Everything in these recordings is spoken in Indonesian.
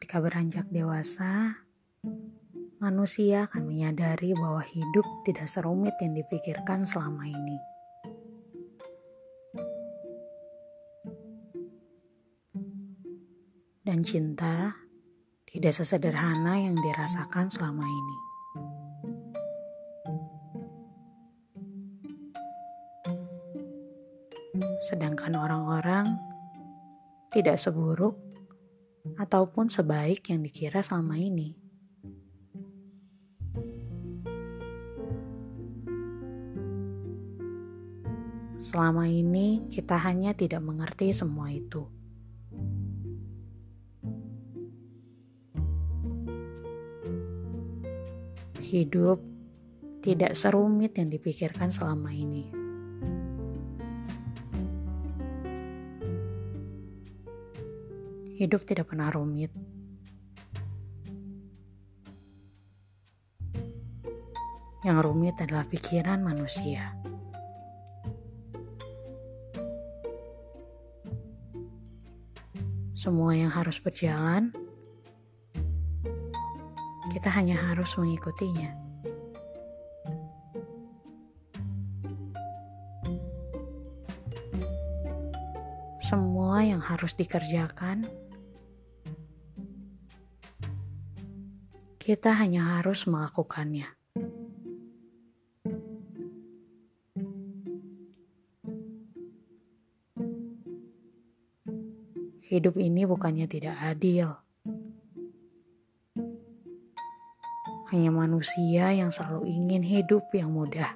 Ketika beranjak dewasa, manusia akan menyadari bahwa hidup tidak serumit yang dipikirkan selama ini. Dan cinta tidak sesederhana yang dirasakan selama ini. Sedangkan orang-orang tidak seburuk ataupun sebaik yang dikira selama ini. Selama ini kita hanya tidak mengerti semua itu. Hidup tidak serumit yang dipikirkan selama ini. Hidup tidak pernah rumit. Yang rumit adalah pikiran manusia. Semua yang harus berjalan, kita hanya harus mengikutinya. Semua yang harus dikerjakan, kita hanya harus melakukannya. Hidup ini bukannya tidak adil. Hanya manusia yang selalu ingin hidup yang mudah.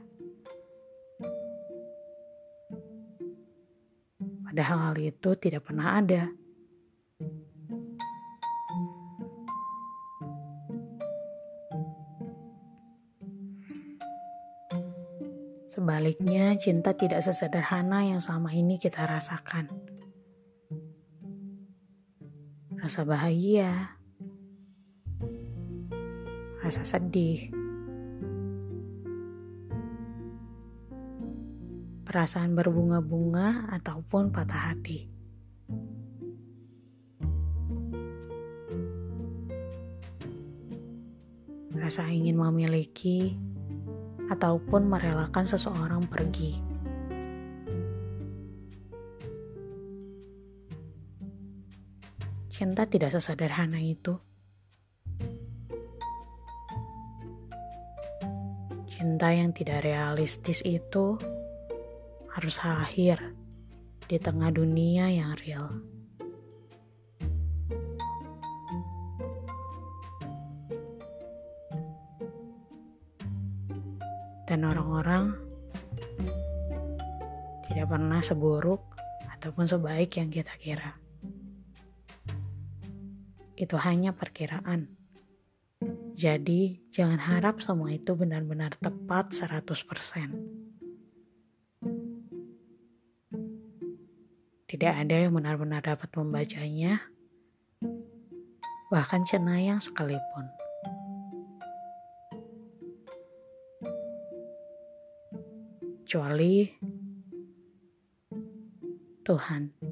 Padahal hal itu tidak pernah ada. Sebaliknya, cinta tidak sesederhana yang selama ini kita rasakan. Rasa bahagia, rasa sedih, perasaan berbunga-bunga ataupun patah hati. Rasa ingin memiliki ataupun merelakan seseorang pergi. Cinta tidak sesederhana itu. Cinta yang tidak realistis itu harus lahir di tengah dunia yang real. Dan orang-orang tidak pernah seburuk ataupun sebaik yang kita kira. Itu hanya perkiraan. Jadi, jangan harap semua itu benar-benar tepat 100%. Tidak ada yang benar-benar dapat membacanya, bahkan cenayang sekalipun. Kecuali Tuhan.